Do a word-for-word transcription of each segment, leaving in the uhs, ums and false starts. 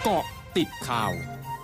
เกาะติดข่าว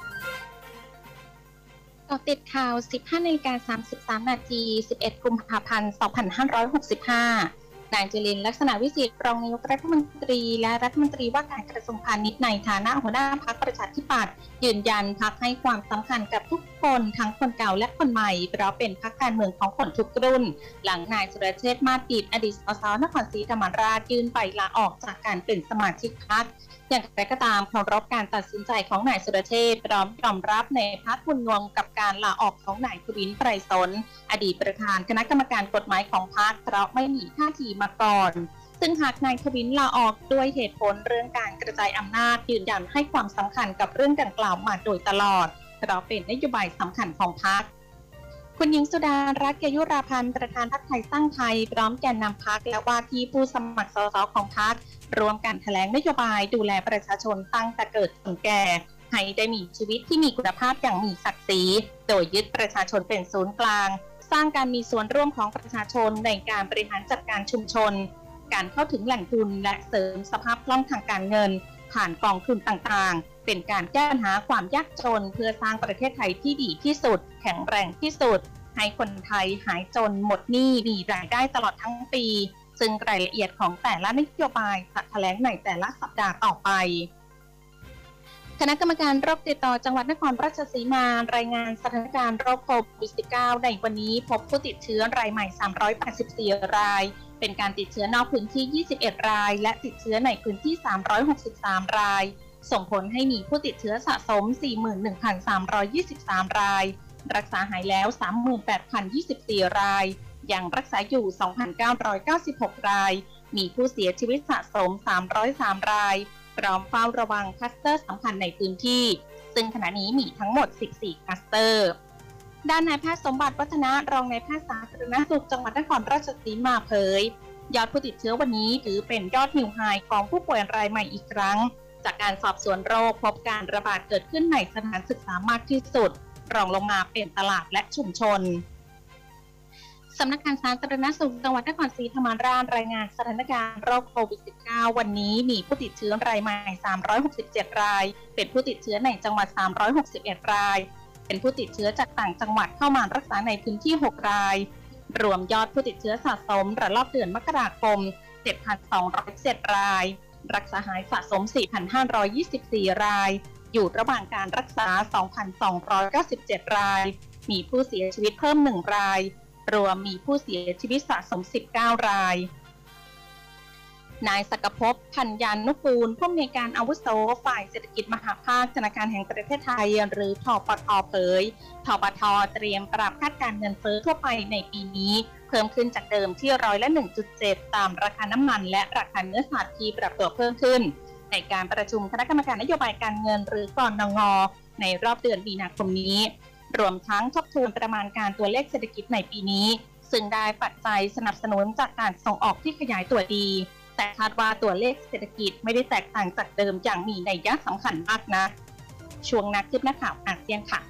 เกาะติดข่าว สิบห้านาฬิกาสามสิบสามนาที สิบเอ็ดกุมภาพันธ์ สองพันห้าร้อยหกสิบห้านายจุลินทร์ ลักษณะวิสิทธิ์รองนายกรัฐมนตรีและรัฐมนตรีว่าการกระทรวงพาณิชย์ในฐานะหัวหน้าพรรคประชาธิปัตย์ยืนยันพรรคให้ความสำคัญกับทุกคนทั้งคนเก่าและคนใหม่เพราะเป็นพรรคการเมืองของคนทุกรุ่นหลังนายสุรเชษฐ์ มาสดิษฐ์อดีตสสนครศรีธรรมราชยื่นใบลาออกจากการเป็นสมาชิกพรรคอย่างไรก็ตามเคารพการตัดสินใจของนายสุรเชษฐ์พร้อมยอมรับในพักคุณงงกับการลาออกของนายทวิน ไพรสนอดีตประธานคณะกรรมการกฎหมายของพรรคเพราะไม่มีท่าทีมาก่อนซึ่งหากนายทวินลาออกด้วยเหตุผลเรื่องการกระจายอำนาจยืนยันให้ความสำคัญกับเรื่องดังกล่าวมาโดยตลอดเพราะเป็นนโยบายสำคัญของพรรคคุณหญิงสุดารัตน์ เกยุราพันธ์ประธานพรรคไทยสร้างไทยพร้อมแกนนำพรรคและว่าที่ผู้สมัครสสของพรรครวมกันแถลงนโยบายดูแลประชาชนตั้งแต่เกิดจนแก่ให้ได้มีชีวิตที่มีคุณภาพอย่างมีศักดิ์ศรีโดยยึดประชาชนเป็นศูนย์กลางสร้างการมีส่วนร่วมของประชาชนในการบริหารจัดการชุมชนการเข้าถึงแหล่งทุนและเสริมสภาพคล่องทางการเงินผ่านกองทุนต่างๆเป็นการแก้ปัญหาความยากจนเพื่อสร้างประเทศไทยที่ดีที่สุดแข็งแรงที่สุดให้คนไทยหายจนหมดหนี้มีรายได้ตลอดทั้งปีซึ่งรายละเอียดของแต่ละนโยบายจะแถลงในแต่ละสัปดาห์ต่อไปคณะกรรมการโรคติดต่อจังหวัดนครราชสีมารายงานสถานการณ์โรคโควิด สิบเก้า ในวันนี้พบผู้ติดเชื้อรายใหม่สามร้อยแปดสิบสี่รายเป็นการติดเชื้อนอกพื้นที่ยี่สิบเอ็ดรายและติดเชื้อในพื้นที่สามร้อยหกสิบสามรายส่งผลให้มีผู้ติดเชื้อสะสม สี่หมื่นหนึ่งพันสามร้อยยี่สิบสามรายรักษาหายแล้ว สามหมื่นแปดพันยี่สิบสี่รายยังรักษาอยู่ สองพันเก้าร้อยเก้าสิบหกรายมีผู้เสียชีวิตสะสมสามร้อยสามรายพร้อมเฝ้าระวังคลัสเตอร์สำคัญในพื้นที่ซึ่งขณะนี้มีทั้งหมดสิบสี่คลัสเตอร์ด้านนายแพทย์สมบัติวัฒนะรองนายแพทย์สาธารณสุขจังหวัดนครราชสีมาเผยยอดผู้ติดเชื้อวันนี้ถือเป็นยอดนิวไฮของผู้ป่วยรายใหม่อีกครั้งจากการสอบสวนโรคพบการระบาดเกิดขึ้นในสถานศึกษามากที่สุดรองลงมาเป็นตลาดและชุมชนสำนักงานสาธารณสุขจังหวัดนครศรีธรรมราชรายงานสถานการณ์โรคโควิด สิบเก้า วันนี้มีผู้ติดเชื้อรายใหม่สามร้อยหกสิบเจ็ดรายเป็นผู้ติดเชื้อในจังหวัดสามร้อยหกสิบเอ็ดรายเป็นผู้ติดเชื้อจากต่างจังหวัดเข้ามารักษาในพื้นที่หกรายรวมยอดผู้ติดเชื้อสะสมระลอกเดือนมกราคม เจ็ดพันสองร้อยเจ็ดรายรักษาหายสะสม สี่พันห้าร้อยยี่สิบสี่รายอยู่ระหว่างการรักษา สองพันสองร้อยเก้าสิบเจ็ดรายมีผู้เสียชีวิตเพิ่มหนึ่งรายรวมมีผู้เสียชีวิตสะสมสิบเก้ารายนายศักภพ ธัญญานุกูลผู้อำนวยการอาวุโสฝ่ายเศรษฐกิจมหาภาคธนาคารแห่งประเทศไทยหรือธปท.เผยธปท.เตรียมปรับคาดการณ์เงินเฟ้อทั่วไปในปีนี้เพิ่มขึ้นจากเดิมที่ร้อยละ หนึ่งจุดเจ็ด ตามราคาน้ำมันและราคาเนื้อสัตว์ที่ปรับตัวเพิ่มขึ้นในการประชุมคณะกรรมการนโยบายการเงินหรือกนง.ในรอบเดือนมีนาคมนี้รวมทั้งทบทวนประมาณการตัวเลขเศรษฐกิจในปีนี้ซึ่งได้ปัจจัยสนับสนุนจากการส่งออกที่ขยายตัวดีแต่คาดว่าตัวเลขเศรษฐกิจไม่ได้แตกต่างจากเดิมอย่างมีนัยยะสำคัญมากนะช่วงนักคืบหน้าข่าวอาเซียนค่ะ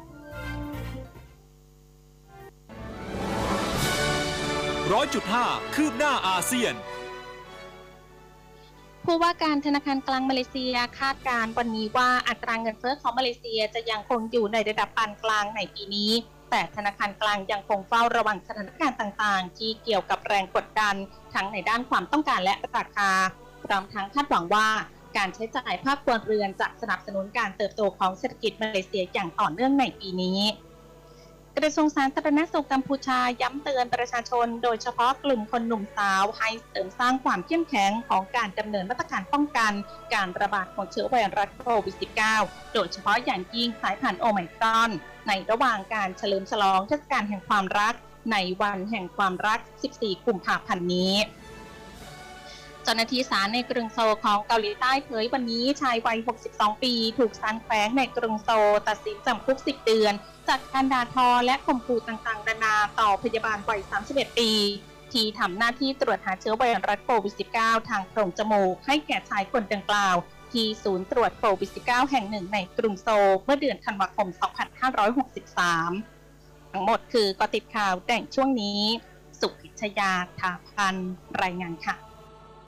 ร้อยจุดห้าคืบหน้าอาเซียนผู้ว่าการธนาคารกลางมาเลเซียคาดการณ์วันนี้ว่าอัตราเงินเฟ้อของมาเลเซียจะยังคงอยู่ในระดับปานกลางในปีนี้แต่ธนาคารกลางยังคงเฝ้าระวังสถานการณ์ต่างๆที่เกี่ยวกับแรงกดดันทั้งในด้านความต้องการและราคาพร้อมทั้งคาดหวังว่าการใช้จ่ายภาคครัวเรือนจะสนับสนุนการเติบโตของเศรษฐกิจมาเลเซียอย่างต่อเนื่องในปีนี้กระทรวงสาธารณสุขกัมพูชาย้ำเตือนประชาชนโดยเฉพาะกลุ่มคนหนุ่มสาวให้เสริมสร้างความเข้มแข็งของการดำเนินมาตรการป้องกันการระบาดของเชื้อไวรัสโควิด สิบเก้า โดยเฉพาะอย่างยิ่งสายพันธุ์โอไมครอนในระหว่างการเฉลิมฉลองเทศกาลแห่งความรักในวันแห่งความรัก สิบสี่กุมภาพันธ์นี้เจ้าหน้าที่ศาลในกรุงโซลของเกาหลีใต้เผยวันนี้ชายวัยหกสิบสองปีถูกศาลแขวงในกรุงโซลตัดสินจำคุกสิบเดือนจากการด่าทอและข่มขู่ต่างๆนานาต่อพยาบาลวัยสามสิบเอ็ดปีที่ทำหน้าที่ตรวจหาเชื้อไวรัสโควิด สิบเก้า ทางโพรงจมูกให้แก่ชายคนดังกล่าวที่ศูนย์ตรวจโควิด สิบเก้า แห่งหนึ่งในกรุงโซลเมื่อเดือนธันวาคม สองพันห้าร้อยหกสิบสาม ทั้งหมดคือก็ติดข่าวแต่งช่วงนี้สุพิชยา ถาพันรายงานค่ะ